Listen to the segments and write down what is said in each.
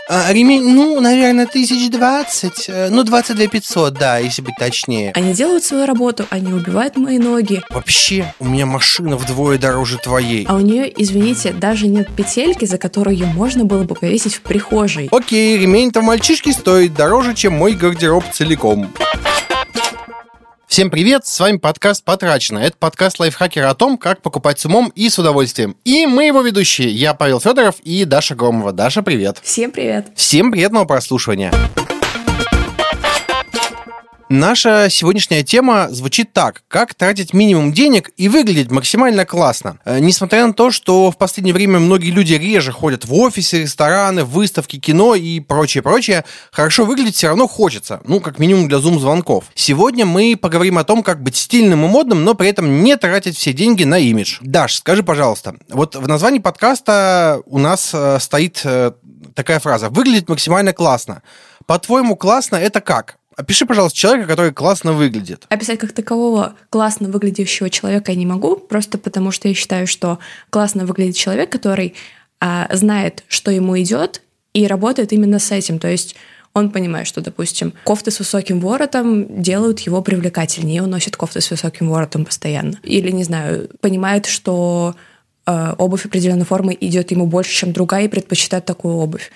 Ремень, наверное, 1020, 22 500, да, если быть точнее. Они делают свою работу, они убивают мои ноги. Вообще, у меня машина вдвое дороже твоей. А у нее, извините, даже нет петельки, за которую ее можно было бы повесить в прихожей. Окей, ремень-то мальчишки стоит дороже, чем мой гардероб целиком. Всем привет, с вами подкаст «Потрачено». Это подкаст лайфхакера о том, как покупать с умом и с удовольствием. И мы его ведущие, я Павел Федоров и Даша Громова. Даша, привет. Всем привет. Всем приятного прослушивания. Наша сегодняшняя тема звучит так: как тратить минимум денег и выглядеть максимально классно. Несмотря на то, что в последнее время многие люди реже ходят в офисы, рестораны, выставки, кино и прочее, хорошо выглядеть все равно хочется. Как минимум для зум-звонков. Сегодня мы поговорим о том, как быть стильным и модным, но при этом не тратить все деньги на имидж. Даш, скажи, пожалуйста, вот в названии подкаста у нас стоит такая фраза: выглядеть максимально классно. По-твоему, классно это как? Опиши, пожалуйста, человека, который классно выглядит. Описать как такового классно выглядящего человека я не могу, просто потому что я считаю, что классно выглядит человек, который знает, что ему идет, и работает именно с этим. То есть он понимает, что, допустим, кофты с высоким воротом делают его привлекательнее, он носит кофты с высоким воротом постоянно. Или, не знаю, понимает, что обувь определенной формы идет ему больше, чем другая, и предпочитает такую обувь.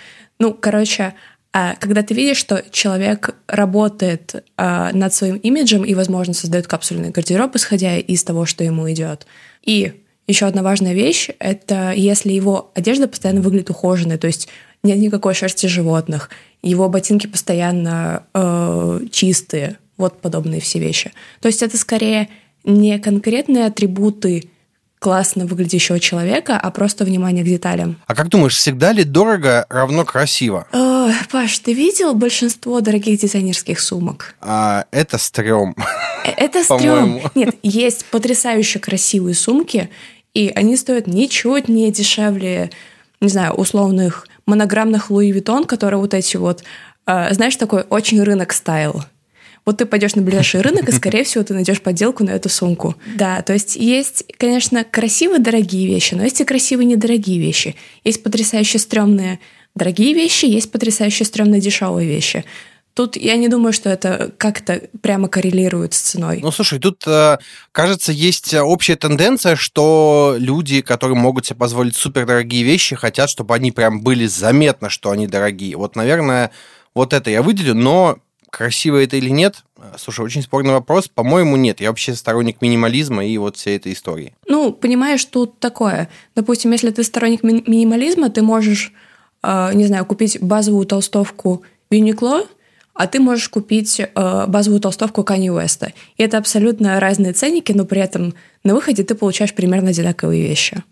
Когда ты видишь, что человек работает над своим имиджем и, возможно, создает капсульный гардероб, исходя из того, что ему идет. И еще одна важная вещь — это если его одежда постоянно выглядит ухоженной, то есть нет никакой шерсти животных, его ботинки постоянно чистые, вот подобные все вещи. То есть это скорее не конкретные атрибуты классно выглядящего человека, а просто внимание к деталям. А как думаешь, всегда ли дорого равно красиво? Паш, ты видел большинство дорогих дизайнерских сумок? Это стрём. Это стрём. Нет, есть потрясающе красивые сумки, и они стоят ничуть не дешевле, не знаю, условных монограммных Луи Виттон, которые вот эти вот, знаешь, такой очень рынок стайл. Вот ты пойдешь на ближайший рынок, и, скорее всего, ты найдешь подделку на эту сумку. Да, то есть есть, конечно, красивые дорогие вещи, но есть и красивые недорогие вещи. Есть потрясающе стрёмные дорогие вещи, есть потрясающе стрёмные дешевые вещи. Тут я не думаю, что это как-то прямо коррелирует с ценой. Слушай, тут, кажется, есть общая тенденция, что люди, которые могут себе позволить супердорогие вещи, хотят, чтобы они прям были заметно, что они дорогие. Вот, наверное, вот это я выделю, но красиво это или нет? Слушай, очень спорный вопрос. По-моему, нет. Я вообще сторонник минимализма и вот всей этой истории. Понимаешь, тут такое. Допустим, если ты сторонник минимализма, ты можешь, не знаю, купить базовую толстовку Uniqlo, а ты можешь купить базовую толстовку Kanye West. И это абсолютно разные ценники, но при этом на выходе ты получаешь примерно одинаковые вещи.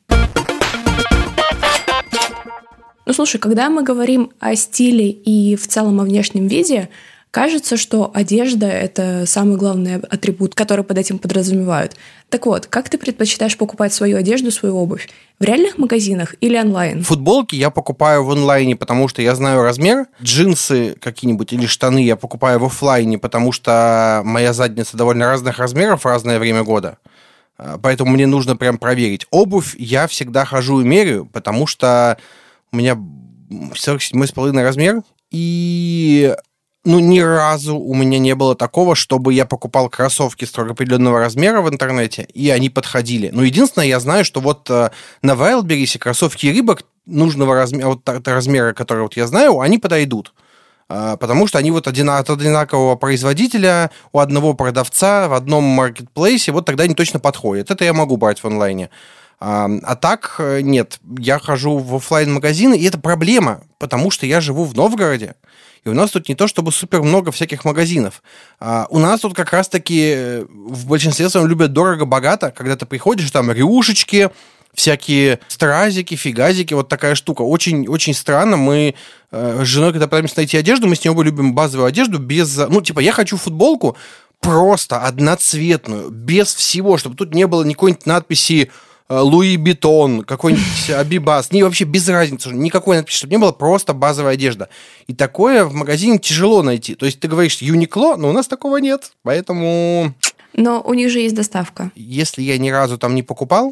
Слушай, когда мы говорим о стиле и в целом о внешнем виде, кажется, что одежда — это самый главный атрибут, который под этим подразумевают. Так вот, как ты предпочитаешь покупать свою одежду, свою обувь? В реальных магазинах или онлайн? Футболки я покупаю в онлайне, потому что я знаю размер. Джинсы какие-нибудь или штаны я покупаю в офлайне, потому что моя задница довольно разных размеров в разное время года. Поэтому мне нужно прям проверить. Обувь я всегда хожу и меряю, потому что у меня 47,5 размер, и ни разу у меня не было такого, чтобы я покупал кроссовки строго определенного размера в интернете, и они подходили. Единственное, я знаю, что вот на Wildberries кроссовки Reebok нужного размера, вот размера, который вот я знаю, они подойдут. Потому что они вот от одинакового производителя, у одного продавца, в одном маркетплейсе, вот тогда они точно подходят. Это я могу брать в онлайне. А так нет, я хожу в офлайн-магазины, и это проблема, потому что я живу в Новгороде, и у нас тут не то чтобы супер много всяких магазинов. У нас тут как раз-таки в большинстве своем любят дорого-богато, когда ты приходишь, там рюшечки, всякие стразики, фигазики, вот такая штука. Очень, очень странно. Мы с женой, когда пытаемся найти одежду, мы с ней оба любим базовую одежду без... я хочу футболку просто одноцветную, без всего, чтобы тут не было никакой-нибудь надписи Луи Виттон, какой-нибудь Абибас, вообще без разницы, никакой надписи, чтобы не было, просто базовая одежда. И такое в магазине тяжело найти. То есть ты говоришь Uniqlo, но у нас такого нет, поэтому... Но у них же есть доставка. Если я ни разу там не покупал,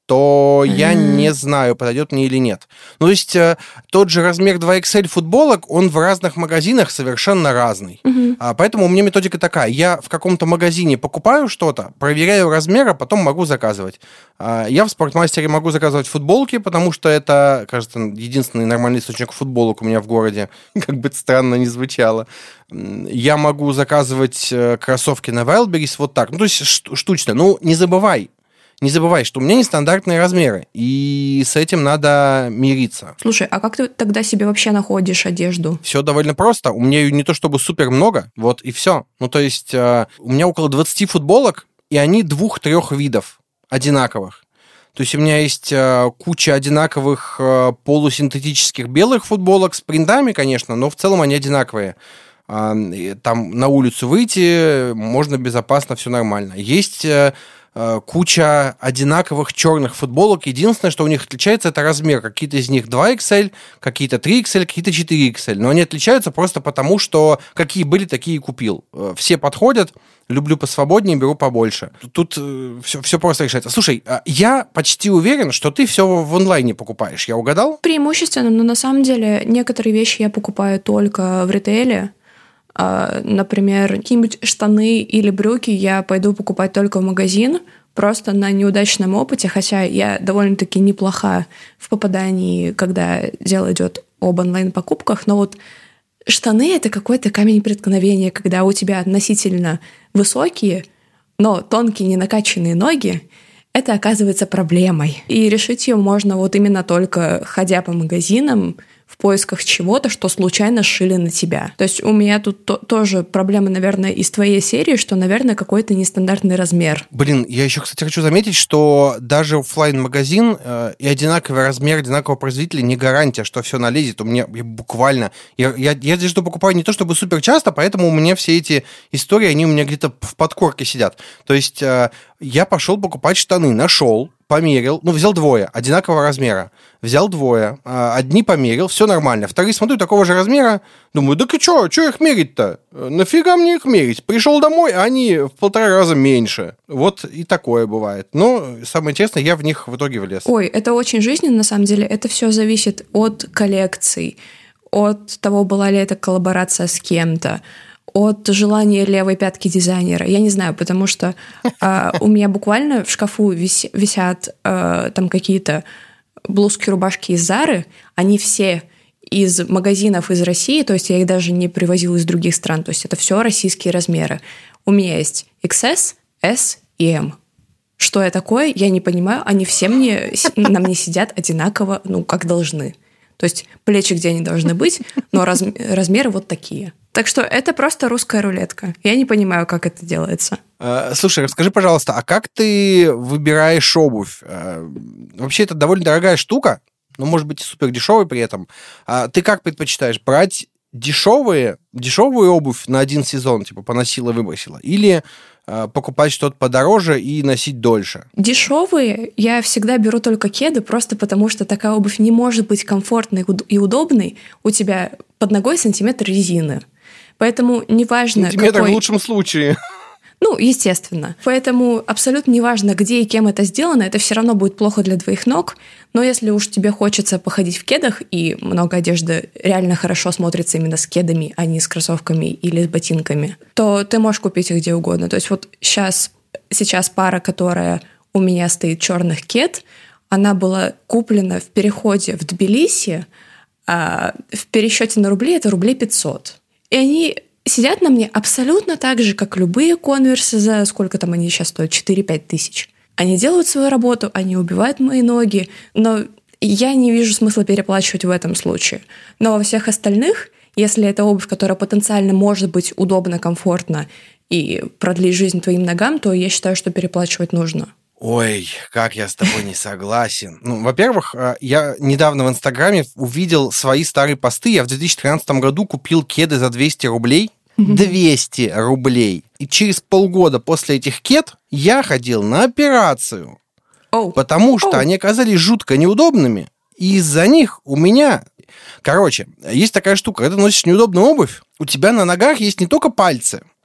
то я не знаю, подойдет мне или нет. Ну, то есть тот же размер 2XL футболок, он в разных магазинах совершенно разный. Поэтому у меня методика такая. Я в каком-то магазине покупаю что-то, проверяю размер, а потом могу заказывать. Я в Спортмастере могу заказывать футболки, потому что это, кажется, единственный нормальный источник футболок у меня в городе. Как бы это странно ни звучало. Я могу заказывать кроссовки на Wildberries вот так. Ну, то есть штучно. Ну, не забывай, что у меня нестандартные размеры, и с этим надо мириться. Слушай, а как ты тогда себе вообще находишь одежду? Все довольно просто. У меня ее не то чтобы супер много, вот и все. Ну, то есть у меня около 20 футболок, и они 2-3 видов одинаковых. То есть у меня есть куча одинаковых полусинтетических белых футболок с принтами, конечно, но в целом они одинаковые. Там на улицу выйти можно безопасно, все нормально. Есть куча одинаковых черных футболок. Единственное, что у них отличается, это размер. Какие-то из них 2XL, какие-то 3XL, какие-то 4XL. Но они отличаются просто потому, что какие были, такие и купил. Все подходят. Люблю посвободнее, беру побольше. Тут все просто решается. Слушай, я почти уверен, что ты все в онлайне покупаешь. Я угадал? Преимущественно, но на самом деле некоторые вещи я покупаю только в ритейле. Например, какие-нибудь штаны или брюки я пойду покупать только в магазин, просто на неудачном опыте, хотя я довольно-таки неплоха в попадании, когда дело идет об онлайн-покупках, но вот штаны — это какой-то камень преткновения, когда у тебя относительно высокие, но тонкие, ненакачанные ноги, это оказывается проблемой. И решить ее можно вот именно только ходя по магазинам, в поисках чего-то, что случайно сшили на тебя. То есть у меня тут тоже проблема, наверное, из твоей серии, что, наверное, какой-то нестандартный размер. Блин, я еще, кстати, хочу заметить, что даже офлайн-магазин и одинаковый размер, одинакового производителя не гарантия, что все налезет. У меня буквально... Я здесь что покупаю не то чтобы супер часто, поэтому у меня все эти истории, они у меня где-то в подкорке сидят. То есть я пошел покупать штаны, нашел, померил, взял 2 одинакового размера. Взял 2, одни померил, все нормально. Вторые смотрю, такого же размера. Думаю, да что их мерить-то? Нафига мне их мерить? Пришел домой, а они в 1,5 раза меньше. Вот и такое бывает. Но самое интересное, я в них в итоге влез. Ой, это очень жизненно, на самом деле. Это все зависит от коллекций, от того, была ли это коллаборация с кем-то, от желания левой пятки дизайнера. Я не знаю, потому что у меня буквально в шкафу висят там какие-то блузки, рубашки из Зары. Они все из магазинов из России, то есть я их даже не привозила из других стран. То есть это все российские размеры. У меня есть XS, S и M. Что это такое, я не понимаю. Они все на мне сидят одинаково, как должны. То есть плечи где они должны быть, но размеры вот такие. Так что это просто русская рулетка. Я не понимаю, как это делается. Слушай, расскажи, пожалуйста, а как ты выбираешь обувь? Вообще, это довольно дорогая штука, но, может быть, и супер дешевая при этом. Ты как предпочитаешь? Брать дешевую обувь на один сезон, типа поносила, выбросила? Или покупать что-то подороже и носить дольше? Дешевые я всегда беру только кеды, просто потому что такая обувь не может быть комфортной и удобной. У тебя под ногой сантиметр резины. Поэтому неважно, сантиметр в лучшем случае. Естественно. Поэтому абсолютно неважно, где и кем это сделано, это все равно будет плохо для твоих ног. Но если уж тебе хочется походить в кедах, и много одежды реально хорошо смотрится именно с кедами, а не с кроссовками или с ботинками, то ты можешь купить их где угодно. То есть вот сейчас пара, которая у меня стоит, черных кед, она была куплена в переходе в Тбилиси, а в пересчете на рубли это рублей 500. И они сидят на мне абсолютно так же, как любые конверсы за сколько там они сейчас стоят, 4-5 тысяч. Они делают свою работу, они убивают мои ноги, но я не вижу смысла переплачивать в этом случае. Но во всех остальных, если это обувь, которая потенциально может быть удобна, комфортна и продлить жизнь твоим ногам, то я считаю, что переплачивать нужно. Ой, как я с тобой не согласен. Во-первых, я недавно в Инстаграме увидел свои старые посты. Я в 2013 году купил кеды за 200 рублей. 200 рублей. И через полгода после этих кед я ходил на операцию. Потому что они оказались жутко неудобными. И из-за них у меня... Короче, есть такая штука. Когда ты носишь неудобную обувь, у тебя на ногах есть не только пальцы.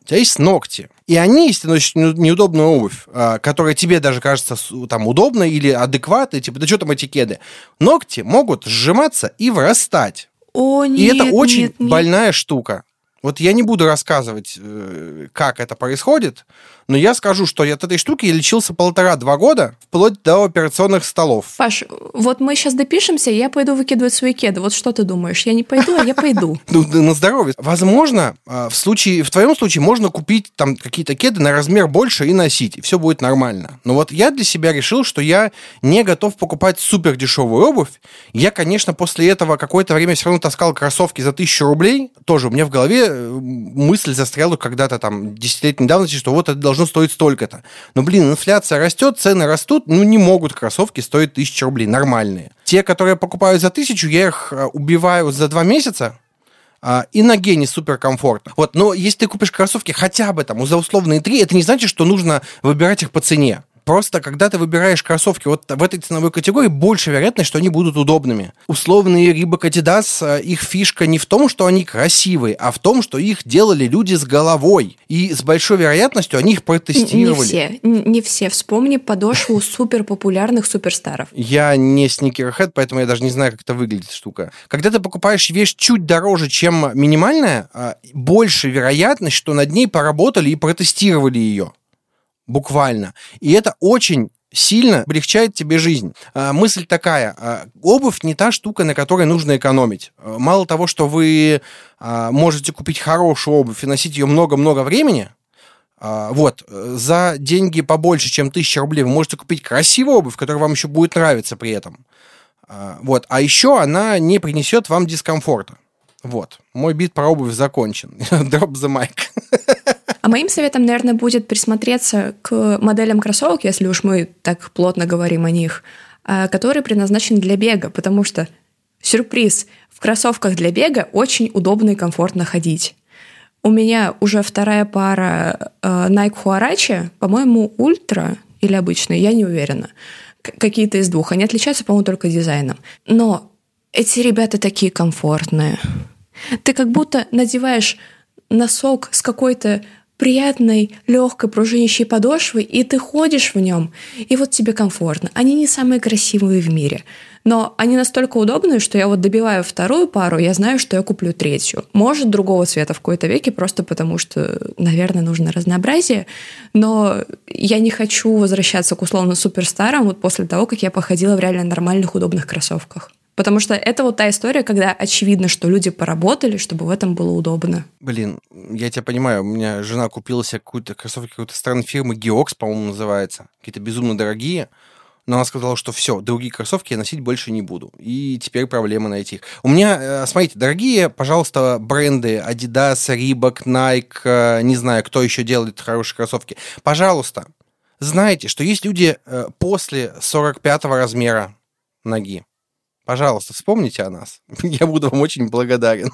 тебя есть ногти. И они, если ты носишь неудобную обувь, которая тебе даже кажется там удобной или адекватной, типа, да что там эти кеды, ногти могут сжиматься и вырастать. О, нет, и это очень нет. больная штука. Вот я не буду рассказывать, как это происходит, но я скажу, что от этой штуки я лечился 1,5-2 года, вплоть до операционных столов. Паш, вот мы сейчас допишемся, и я пойду выкидывать свои кеды. Вот что ты думаешь? Я не пойду, а я пойду. Ну, на здоровье. Возможно, в твоем случае можно купить там какие-то кеды на размер больше и носить, и все будет нормально. Но вот я для себя решил, что я не готов покупать супер дешевую обувь. Я, конечно, после этого какое-то время все равно таскал кроссовки за 1000 рублей. Тоже у меня в голове мысль застряла когда-то там 10-летней давности, что вот это должно стоить столько-то. Но, инфляция растет, цены растут, не могут кроссовки стоить 1000 рублей, нормальные. Те, которые я покупаю за 1000, я их убиваю за 2 месяца, и ноге не суперкомфортно. Вот, но если ты купишь кроссовки хотя бы там за условные 3, это не значит, что нужно выбирать их по цене. Просто, когда ты выбираешь кроссовки вот в этой ценовой категории, больше вероятность, что они будут удобными. Условные Reebok, Adidas, их фишка не в том, что они красивые, а в том, что их делали люди с головой. И с большой вероятностью они их протестировали. Не все. Вспомни подошву суперпопулярных суперстаров. Я не сникерхед, поэтому я даже не знаю, как это выглядит штука. Когда ты покупаешь вещь чуть дороже, чем минимальная, больше вероятность, что над ней поработали и протестировали ее. Буквально. И это очень сильно облегчает тебе жизнь. Мысль такая. Обувь не та штука, на которой нужно экономить. Мало того, что вы можете купить хорошую обувь и носить ее много-много времени, за деньги побольше, чем 1000 рублей, вы можете купить красивую обувь, которая вам еще будет нравиться при этом. А еще она не принесет вам дискомфорта. Мой бит про обувь закончен. Drop the mic. А моим советом, наверное, будет присмотреться к моделям кроссовок, если уж мы так плотно говорим о них, которые предназначены для бега, потому что, сюрприз, в кроссовках для бега очень удобно и комфортно ходить. У меня уже 2-я пара Nike Huarache, по-моему, ультра или обычные, я не уверена. Какие-то из двух. Они отличаются, по-моему, только дизайном. Но эти ребята такие комфортные. Ты как будто надеваешь носок с какой-то приятной, легкой, пружинящей подошвой, и ты ходишь в нем, и вот тебе комфортно. Они не самые красивые в мире, но они настолько удобные, что я добиваю 2-ю пару, я знаю, что я куплю 3-ю. Может, другого цвета в какой-то веке, просто потому что, наверное, нужно разнообразие, но я не хочу возвращаться к условно суперстарам после того, как я походила в реально нормальных, удобных кроссовках. Потому что это та история, когда очевидно, что люди поработали, чтобы в этом было удобно. Я тебя понимаю. У меня жена купила себе кроссовки какой-то странной фирмы Geox, по-моему, называется. Какие-то безумно дорогие. Но она сказала, что все, другие кроссовки я носить больше не буду. И теперь проблема найти их. У меня, смотрите, дорогие, пожалуйста, бренды Adidas, Reebok, Nike, не знаю, кто еще делает хорошие кроссовки. Пожалуйста, знайте, что есть люди после 45-го размера ноги. Пожалуйста, вспомните о нас. Я буду вам очень благодарен.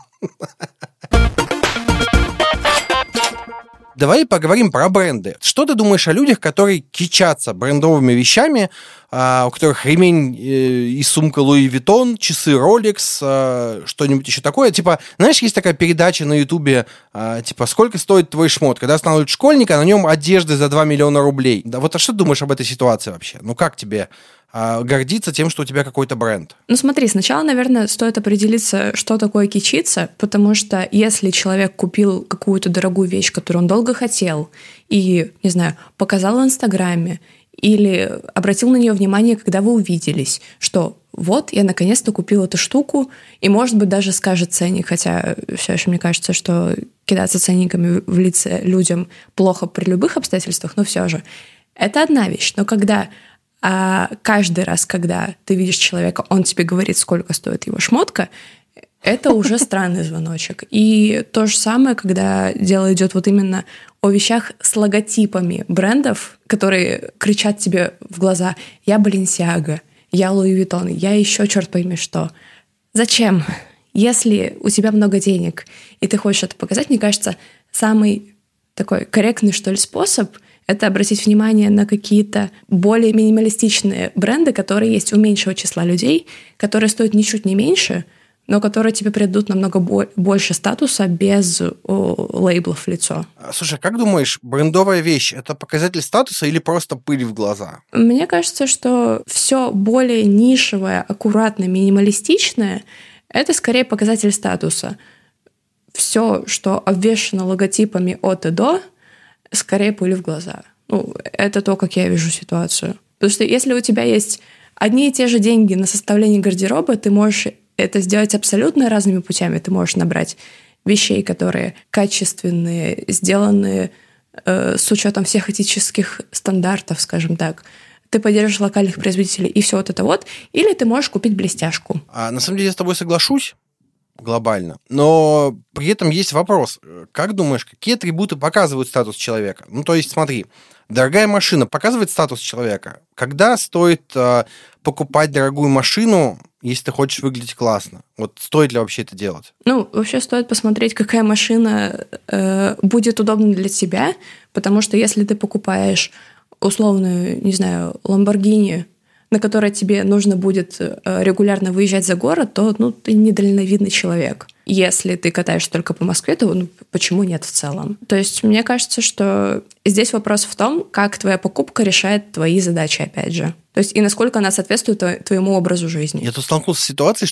Давай поговорим про бренды. Что ты думаешь о людях, которые кичатся брендовыми вещами, у которых ремень и сумка Louis Vuitton, часы Rolex, что-нибудь еще такое? Знаешь, есть такая передача на Ютубе, «Сколько стоит твой шмот?» Когда останавливают школьника, на нем одежды за 2 миллиона рублей. Да, а что ты думаешь об этой ситуации вообще? Как тебе гордиться тем, что у тебя какой-то бренд? Смотри, сначала, наверное, стоит определиться, что такое кичиться, потому что если человек купил какую-то дорогую вещь, которую он долго хотел, и, не знаю, показал в Инстаграме, или обратил на нее внимание, когда вы увиделись, что вот, я наконец-то купил эту штуку, и, может быть, даже скажет ценник, хотя все еще мне кажется, что кидаться ценниками в лице людям плохо при любых обстоятельствах, но все же. Это одна вещь. Но когда каждый раз, когда ты видишь человека, он тебе говорит, сколько стоит его шмотка, это уже странный звоночек. И то же самое, когда дело идет именно о вещах с логотипами брендов, которые кричат тебе в глаза: «Я Balenciaga, я Louis Vuitton, я еще черт пойми что». Зачем? Если у тебя много денег, и ты хочешь это показать, мне кажется, самый такой корректный, что ли, способ — это обратить внимание на какие-то более минималистичные бренды, которые есть у меньшего числа людей, которые стоят ничуть не меньше, но которые тебе придадут намного больше статуса без лейблов в лицо. Слушай, как думаешь, брендовая вещь – это показатель статуса или просто пыль в глаза? Мне кажется, что все более нишевое, аккуратное, минималистичное – это скорее показатель статуса. Все, что обвешано логотипами от и до, скорее пыль в глаза. Это то, как я вижу ситуацию. Потому что если у тебя есть одни и те же деньги на составление гардероба, ты можешь это сделать абсолютно разными путями. Ты можешь набрать вещей, которые качественные, сделанные с учетом всех этических стандартов, скажем так. Ты поддержишь локальных производителей и все вот это вот. Или ты можешь купить блестяшку. На самом деле я с тобой соглашусь глобально, но при этом есть вопрос. Как думаешь, какие атрибуты показывают статус человека? То есть, смотри, дорогая машина показывает статус человека. Когда стоит покупать дорогую машину, если ты хочешь выглядеть классно? Вот стоит ли вообще это делать? Вообще стоит посмотреть, какая машина будет удобна для тебя, потому что если ты покупаешь условную, не знаю, Lamborghini, на которой тебе нужно будет регулярно выезжать за город, то ты недальновидный человек. Если ты катаешься только по Москве, то почему нет в целом? То есть мне кажется, что здесь вопрос в том, как твоя покупка решает твои задачи, опять же. То есть и насколько она соответствует твоему образу жизни. Я тут столкнулся с ситуацией,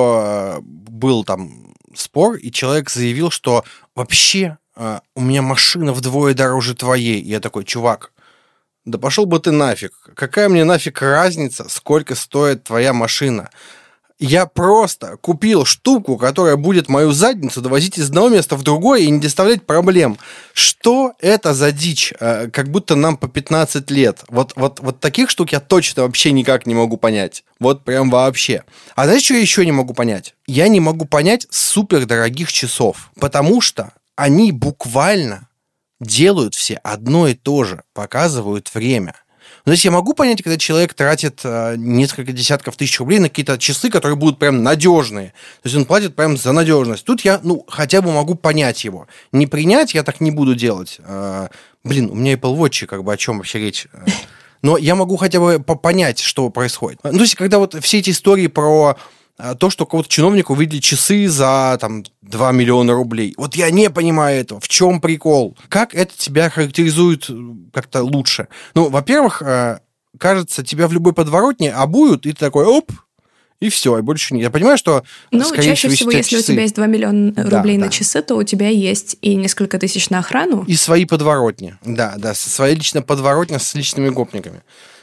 что был там спор, и человек заявил, что вообще у меня машина вдвое дороже твоей. И я такой, чувак, да пошел бы ты нафиг. Какая мне нафиг разница, сколько стоит твоя машина? Я просто купил штуку, которая будет мою задницу довозить из одного места в другое и не доставлять проблем. Что это за дичь? Как будто нам по 15 лет. Вот таких штук я точно вообще никак не могу понять. Вот прям вообще. А знаешь, что я еще не могу понять? Я не могу понять супердорогих часов, потому что они буквально делают все одно и то же, показывают время. То есть я могу понять, когда человек тратит несколько десятков тысяч рублей на какие-то часы, которые будут прям надежные. То есть он платит прям за надежность. Тут я, хотя бы могу понять его. Не принять я так не буду делать. У меня Apple Watch, о чем вообще речь. Но я могу хотя бы понять, что происходит. То есть когда вот все эти истории про то, что у кого-то чиновника увидели часы за 2 миллиона рублей. Вот я не понимаю этого. В чем прикол? Как это тебя характеризует как-то лучше? Во-первых, кажется, тебя в любой подворотне обуют, и ты такой, оп, и все, и больше нет. Я понимаю, что, скорее чаще всего, если у тебя есть 2 миллиона рублей на часы, то у тебя есть и несколько тысяч на охрану. И свои подворотни. Да, своя личная подворотня с личными гопниками.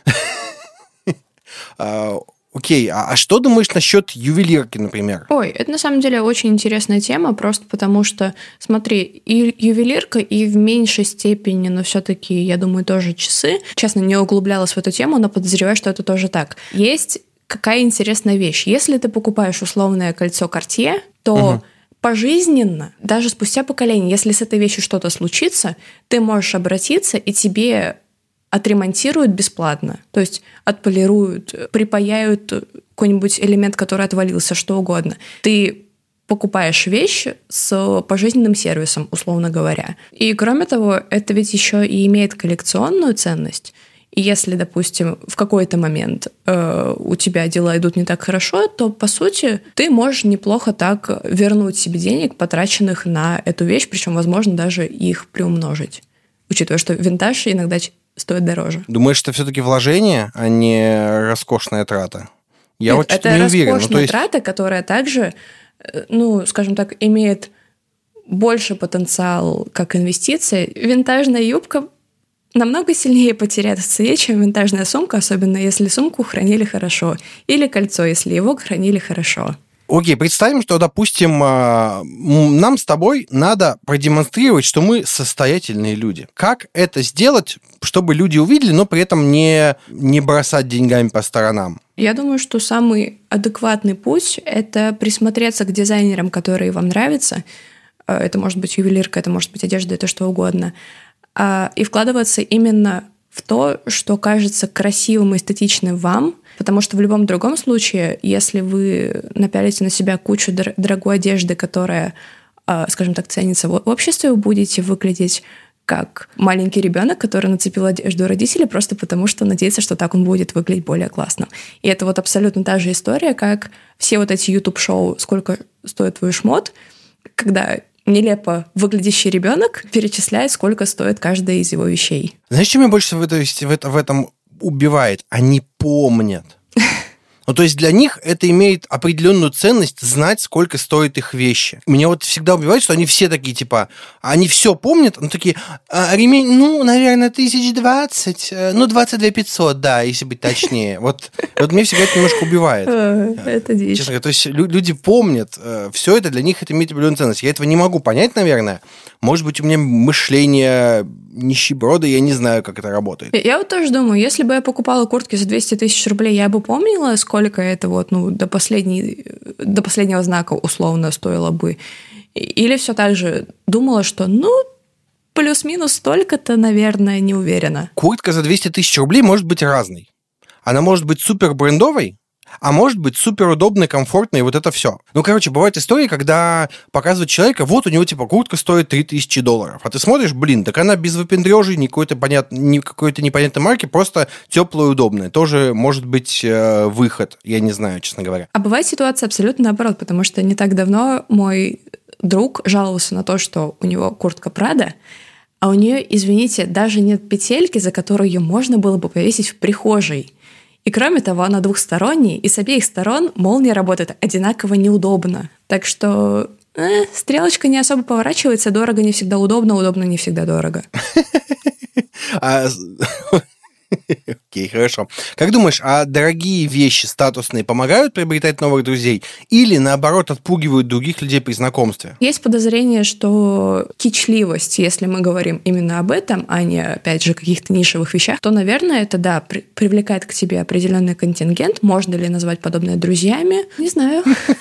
Окей, а что думаешь насчет ювелирки, например? Это на самом деле очень интересная тема, просто потому что, смотри, и ювелирка, и в меньшей степени, но все-таки, я думаю, тоже часы. Честно, не углублялась в эту тему, но подозреваю, что это тоже так. Есть какая интересная вещь. Если ты покупаешь условное кольцо Cartier, то пожизненно, даже спустя поколение, если с этой вещью что-то случится, ты можешь обратиться, и тебе отремонтируют бесплатно. То есть отполируют, припаяют какой-нибудь элемент, который отвалился, что угодно. Ты покупаешь вещи с пожизненным сервисом, условно говоря. И кроме того, это ведь еще и имеет коллекционную ценность. И если, допустим, в какой-то момент у тебя дела идут не так хорошо, то, по сути, ты можешь неплохо так вернуть себе денег, потраченных на эту вещь, причем, возможно, даже их приумножить. Учитывая, что винтаж иногда стоит дороже. Думаешь, это все-таки вложение, а не роскошная трата? Я вот это не уверен. Это роскошная трата, которая также, скажем так, имеет больше потенциал как инвестиция. Винтажная юбка намного сильнее потеряет в цене, чем винтажная сумка, особенно если сумку хранили хорошо, или кольцо, если его хранили хорошо. Окей, представим, что, допустим, нам с тобой надо продемонстрировать, что мы состоятельные люди. Как это сделать, чтобы люди увидели, но при этом не бросать деньгами по сторонам? Я думаю, что самый адекватный путь – это присмотреться к дизайнерам, которые вам нравятся. Это может быть ювелирка, это может быть одежда, это что угодно. И вкладываться именно в то, что кажется красивым и эстетичным вам, потому что в любом другом случае, если вы напялите на себя кучу дорогой одежды, которая, скажем так, ценится в обществе, вы будете выглядеть как маленький ребенок, который нацепил одежду родителей просто потому, что надеется, что так он будет выглядеть более классно. И это вот абсолютно та же история, как все вот эти YouTube-шоу «Сколько стоит твой шмот?», когда нелепо выглядящий ребенок перечисляет, сколько стоит каждая из его вещей. Знаешь, что меня больше в этом убивает? Они помнят. Ну, то есть для них это имеет определенную ценность знать, сколько стоят их вещи. Меня вот всегда убивает, что они все такие, типа, они все помнят, ну, такие, ремень, ну, наверное, 1020, ну, 22 500, да, если быть точнее. Вот меня всегда это немножко убивает. Это дичь. Честно говоря, то есть люди помнят, все это, для них это имеет определенную ценность. Я этого не могу понять, наверное. Может быть, у меня мышление нищеброда, я не знаю, как это работает. Я вот тоже думаю, если бы я покупала куртки за 200 тысяч рублей, я бы помнила, сколько это вот, ну, до последнего знака условно стоило бы. Или все так же думала, что, ну, плюс-минус столько-то, наверное, не уверена. Куртка за 200 тысяч рублей может быть разной. Она может быть супер брендовой, а может быть супер удобной, комфортной, и вот это все. Ну, короче, бывают истории, когда показывают человека, вот у него, типа, куртка стоит $3000, а ты смотришь, блин, так она без выпендрежей, ни какой-то непонятной марки, просто теплая и удобная. Тоже может быть выход, я не знаю, честно говоря. А бывает ситуация абсолютно наоборот, потому что не так давно мой друг жаловался на то, что у него куртка Prada, а у нее, извините, даже нет петельки, за которую ее можно было бы повесить в прихожей. И кроме того, она двухсторонняя, и с обеих сторон молния работает одинаково неудобно. Так что стрелочка не особо поворачивается, дорого не всегда удобно, удобно не всегда дорого. Окей, хорошо. Как думаешь, а дорогие вещи статусные помогают приобретать новых друзей или, наоборот, отпугивают других людей при знакомстве? Есть подозрение, что кичливость, если мы говорим именно об этом, а не, опять же, каких-то нишевых вещах, то, наверное, это, да, привлекает к тебе определенный контингент. Можно ли назвать подобное друзьями? Не знаю.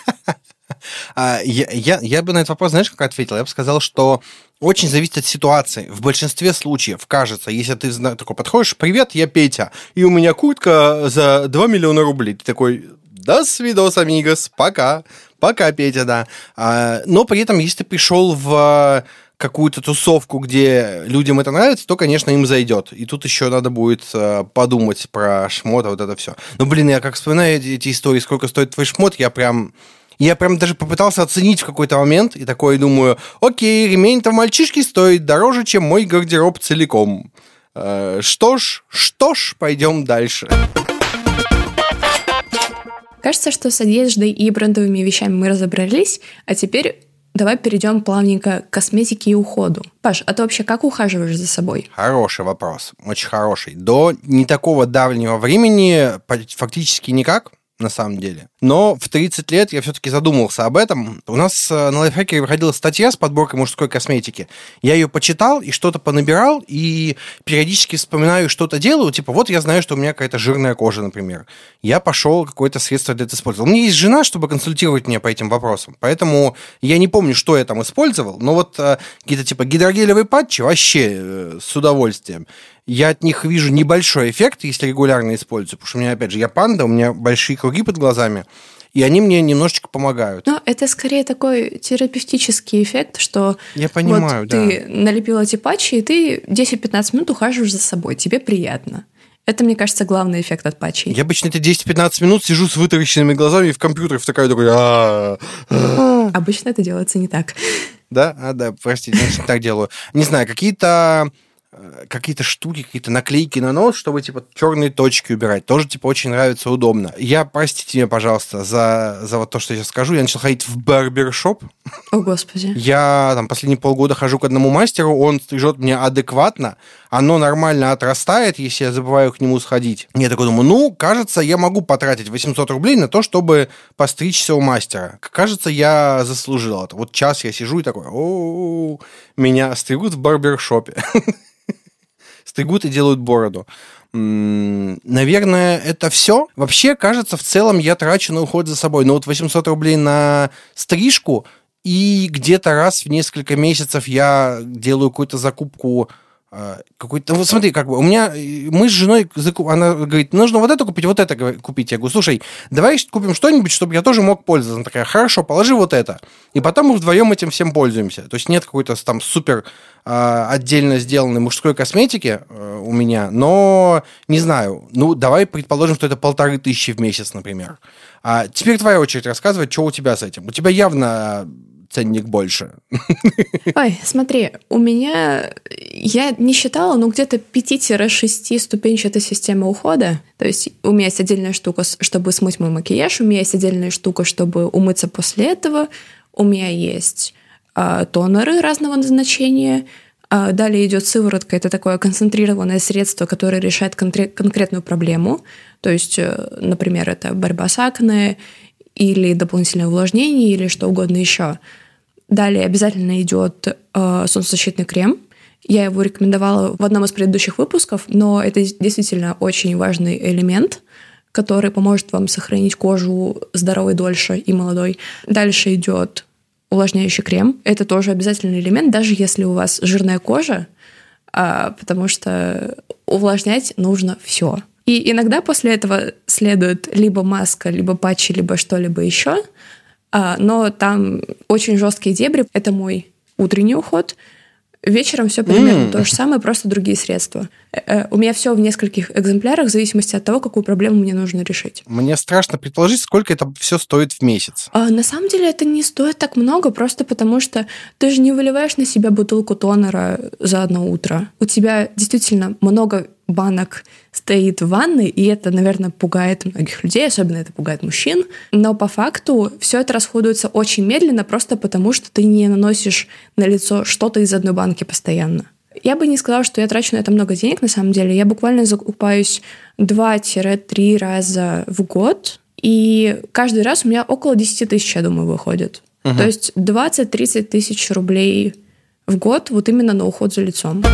Я бы на этот вопрос, знаешь, как ответил? Я бы сказал, что очень зависит от ситуации. В большинстве случаев, кажется, если ты такой подходишь, привет, я Петя, и у меня куртка за 2 миллиона рублей. Ты такой, до свидос, амигос, пока, Петя, да. Но при этом, если ты пришел в какую-то тусовку, где людям это нравится, то, конечно, им зайдет. И тут еще надо будет подумать про шмот, вот это все. Но, блин, я как вспоминаю эти истории, сколько стоит твой шмот, я прям даже попытался оценить в какой-то момент, и такой думаю, окей, ремень-то в мальчишке стоит дороже, чем мой гардероб целиком. Что ж, пойдем дальше. Кажется, что с одеждой и брендовыми вещами мы разобрались, а теперь давай перейдем плавненько к косметике и уходу. Паш, а ты вообще как ухаживаешь за собой? Хороший вопрос, очень хороший. До не такого давнего времени фактически никак, на самом деле. Но в 30 лет я все-таки задумался об этом. У нас на Лайфхакере выходила статья с подборкой мужской косметики. Я ее почитал и что-то понабирал, и периодически вспоминаю, что-то делаю. Типа, вот я знаю, что у меня какая-то жирная кожа, например. Я пошел какое-то средство для этого использовал. У меня есть жена, чтобы консультировать меня по этим вопросам. Поэтому я не помню, что я там использовал. Но вот какие-то типа гидрогелевые патчи вообще с удовольствием. Я от них вижу небольшой эффект, если регулярно использую. Потому что у меня, опять же, я панда, у меня большие круги под глазами. И они мне немножечко помогают. Но это скорее такой терапевтический эффект, что я понимаю, вот да. Ты налепил эти патчи, и ты 10-15 минут ухаживаешь за собой. Тебе приятно. Это, мне кажется, главный эффект от патчей. Я обычно эти 10-15 минут сижу с вытаращенными глазами и в компьютере втыкаю такой... Обычно это делается не так. Да? Да, простите, значит, так делаю. Не знаю, какие-то штуки, какие-то наклейки на нос, чтобы, типа, черные точки убирать. Тоже, типа, очень нравится, удобно. Простите меня, пожалуйста, за вот то, что я сейчас скажу. Я начал ходить в барбершоп. О, Господи. Я там последние полгода хожу к одному мастеру, он стрижет меня адекватно, оно нормально отрастает, если я забываю к нему сходить. Я такой думаю, кажется, я могу потратить 800 рублей на то, чтобы постричься у мастера. Кажется, я заслужил это. Вот час я сижу и такой, меня стригут в барбершопе. Стригут и делают бороду. Наверное, это все. Вообще, кажется, в целом я трачу на уход за собой. Но вот 800 рублей на стрижку, и где-то раз в несколько месяцев я делаю какую-то закупку какой-то... Вот смотри, как бы мы с женой, она говорит, нужно вот это купить. Я говорю, слушай, давай купим что-нибудь, чтобы я тоже мог пользоваться. Она такая, хорошо, положи вот это. И потом мы вдвоем этим всем пользуемся. То есть нет какой-то там супер отдельно сделанной мужской косметики у меня, но не знаю, давай предположим, что это 1500 в месяц, например. А теперь твоя очередь рассказывать, что у тебя с этим. У тебя явно... ценник больше. Ой, смотри, я не считала, где-то 5-6 ступенчатая система ухода. То есть у меня есть отдельная штука, чтобы смыть мой макияж, у меня есть отдельная штука, чтобы умыться после этого, у меня есть тонеры разного назначения, далее идет сыворотка, это такое концентрированное средство, которое решает конкретную проблему. То есть, например, это борьба с акне, или дополнительное увлажнение, или что угодно еще. Далее обязательно идет солнцезащитный крем. Я его рекомендовала в одном из предыдущих выпусков, но это действительно очень важный элемент, который поможет вам сохранить кожу здоровой дольше и молодой. Дальше идет увлажняющий крем. Это тоже обязательный элемент, даже если у вас жирная кожа, потому что увлажнять нужно все. И иногда после этого следует либо маска, либо патчи, либо что-либо еще. Но там очень жесткие дебри. Это мой утренний уход. Вечером все примерно то же самое, просто другие средства. У меня все в нескольких экземплярах, в зависимости от того, какую проблему мне нужно решить. Мне страшно предположить, сколько это все стоит в месяц. На самом деле это не стоит так много, просто потому что ты же не выливаешь на себя бутылку тонера за одно утро. У тебя действительно много банок стоит в ванной, и это, наверное, пугает многих людей, особенно это пугает мужчин. Но по факту все это расходуется очень медленно, просто потому что ты не наносишь на лицо что-то из одной банки постоянно. Я бы не сказала, что я трачу на это много денег, на самом деле. Я буквально закупаюсь 2-3 раза в год, и каждый раз у меня около 10 тысяч, я думаю, выходит. То есть 20-30 тысяч рублей в год вот именно на уход за лицом.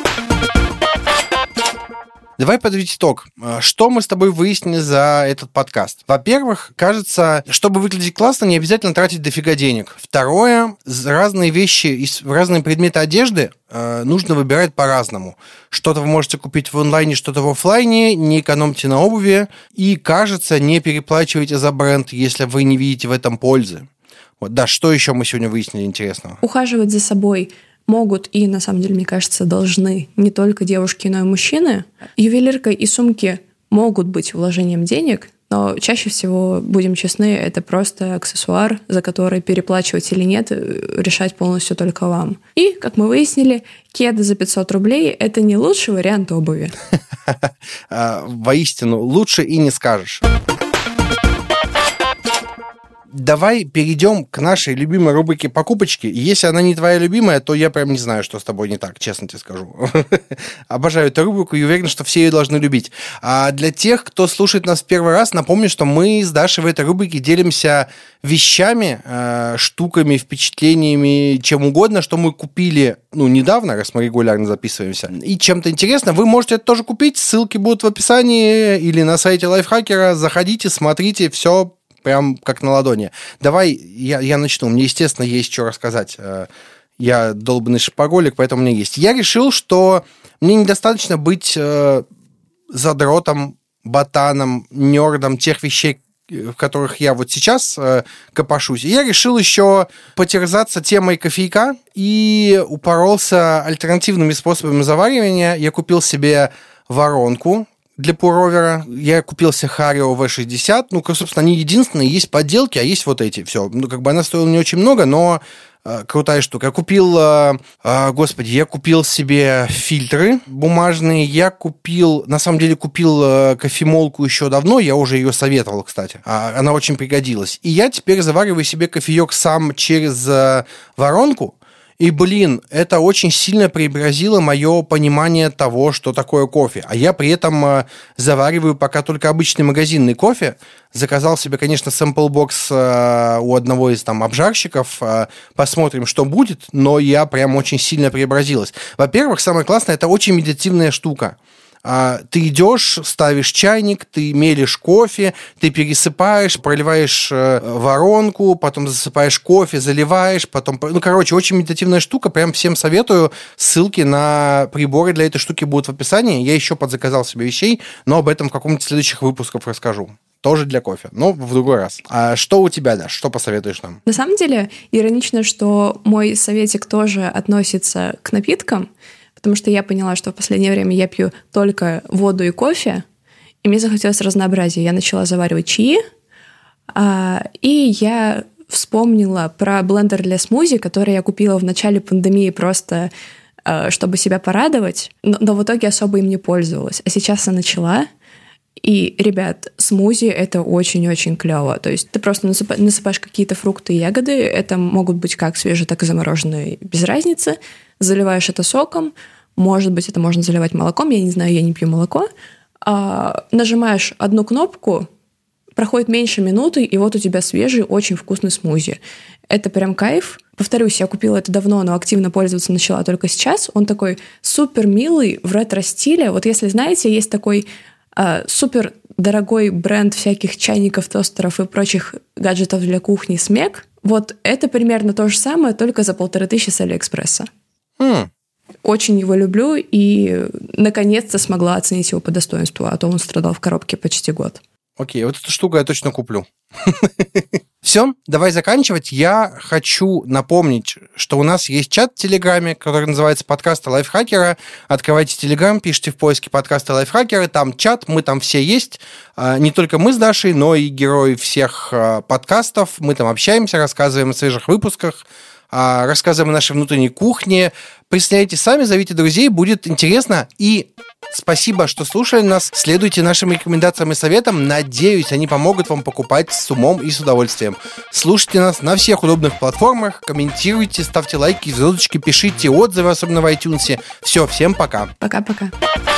Давай подведем итог. Что мы с тобой выяснили за этот подкаст? Во-первых, кажется, чтобы выглядеть классно, не обязательно тратить дофига денег. Второе, разные вещи, разные предметы одежды нужно выбирать по-разному. Что-то вы можете купить в онлайне, что-то в офлайне, не экономьте на обуви и, кажется, не переплачивайте за бренд, если вы не видите в этом пользы. Вот, да, что еще мы сегодня выяснили интересного? Ухаживать за собой могут и, на самом деле, мне кажется, должны не только девушки, но и мужчины. Ювелирка и сумки могут быть вложением денег, но чаще всего, будем честны, это просто аксессуар, за который переплачивать или нет, решать полностью только вам. И, как мы выяснили, кеды за 500 рублей – это не лучший вариант обуви. Воистину, лучше и не скажешь. Давай перейдем к нашей любимой рубрике «Покупочки». Если она не твоя любимая, то я прям не знаю, что с тобой не так, честно тебе скажу. Обожаю эту рубрику и уверен, что все ее должны любить. А для тех, кто слушает нас в первый раз, напомню, что мы с Дашей в этой рубрике делимся вещами, штуками, впечатлениями, чем угодно, что мы купили, недавно, раз мы регулярно записываемся. И чем-то интересно, вы можете это тоже купить. Ссылки будут в описании или на сайте Лайфхакера. Заходите, смотрите, все прям как на ладони. Давай я начну. Мне, естественно, есть что рассказать. Я долбанный шопоголик, поэтому у меня есть. Я решил, что мне недостаточно быть задротом, ботаном, нердом тех вещей, в которых я вот сейчас копошусь. И я решил еще потерзаться темой кофейка и упоролся альтернативными способами заваривания. Я купил себе воронку для пуровера. Я купил себе Hario V60. Собственно, они единственные. Есть подделки, а есть вот эти. Все. Она стоила не очень много, но крутая штука. Я купил себе фильтры бумажные. Я купил кофемолку еще давно. Я уже ее советовал, кстати. Она очень пригодилась. И я теперь завариваю себе кофеек сам через воронку. И, это очень сильно преобразило мое понимание того, что такое кофе. А я при этом завариваю пока только обычный магазинный кофе. Заказал себе, конечно, сэмпл-бокс у одного из обжарщиков. Посмотрим, что будет. Но я прям очень сильно преобразилась. Во-первых, самое классное, это очень медитативная штука. Ты идешь, ставишь чайник, ты мелешь кофе, ты пересыпаешь, проливаешь воронку, потом засыпаешь кофе, заливаешь, потом... очень медитативная штука, прям всем советую. Ссылки на приборы для этой штуки будут в описании. Я еще подзаказал себе вещей, но об этом в каком-нибудь следующих выпусках расскажу. Тоже для кофе, но в другой раз. А что у тебя, Даш? Что посоветуешь нам? На самом деле, иронично, что мой советик тоже относится к напиткам, потому что я поняла, что в последнее время я пью только воду и кофе, и мне захотелось разнообразия. Я начала заваривать чаи, и я вспомнила про блендер для смузи, который я купила в начале пандемии просто, чтобы себя порадовать, но в итоге особо им не пользовалась. А сейчас я начала... И, ребят, смузи — это очень-очень клево. То есть ты просто насыпаешь какие-то фрукты и ягоды, это могут быть как свежие, так и замороженные, без разницы. Заливаешь это соком, может быть, это можно заливать молоком, я не знаю, я не пью молоко. Нажимаешь одну кнопку, проходит меньше минуты, и вот у тебя свежий, очень вкусный смузи. Это прям кайф. Повторюсь, я купила это давно, но активно пользоваться начала только сейчас. Он такой супер милый, в ретро-стиле. Вот если знаете, есть такой... супер дорогой бренд всяких чайников, тостеров и прочих гаджетов для кухни СМЕК. Вот это примерно то же самое, только за 1500 с Алиэкспресса. Очень его люблю и наконец-то смогла оценить его по достоинству, а то он страдал в коробке почти год. Окей, вот эту штуку я точно куплю. Все, давай заканчивать. Я хочу напомнить, что у нас есть чат в Телеграме, который называется «Подкасты лайфхакера». Открывайте Телеграм, пишите в поиске «Подкасты лайфхакера», там чат, мы там все есть. Не только мы с Дашей, но и герои всех подкастов. Мы там общаемся, рассказываем о свежих выпусках, рассказываем о нашей внутренней кухне. Присоединяйтесь сами, зовите друзей, будет интересно. И спасибо, что слушали нас. Следуйте нашим рекомендациям и советам. Надеюсь, они помогут вам покупать с умом и с удовольствием. Слушайте нас на всех удобных платформах, комментируйте, ставьте лайки, звездочки, пишите отзывы, особенно в iTunes. Все, всем пока. Пока-пока.